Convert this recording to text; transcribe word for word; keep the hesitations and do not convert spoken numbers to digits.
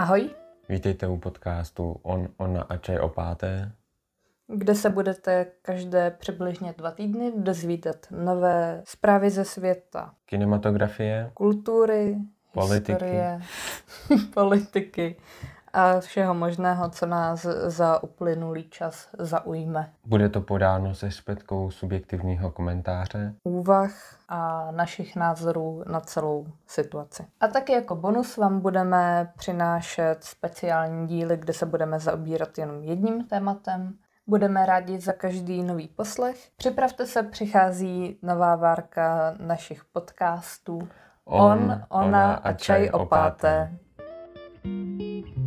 Ahoj. Vítejte u podcastu On, Ona a čaj o páté, kde se budete každé přibližně dva týdny dozvídat nové zprávy ze světa kinematografie, kultury, politiky. historie, politiky a všeho možného, co nás za uplynulý čas zaujme. Bude to podáno se špetkou subjektivního komentáře, Úvah a našich názorů na celou situaci. A taky jako bonus vám budeme přinášet speciální díly, kde se budeme zaobírat jenom jedním tématem. Budeme rádi za každý nový poslech. Připravte se, přichází nová várka našich podcastů On, Ona a čaj o páté.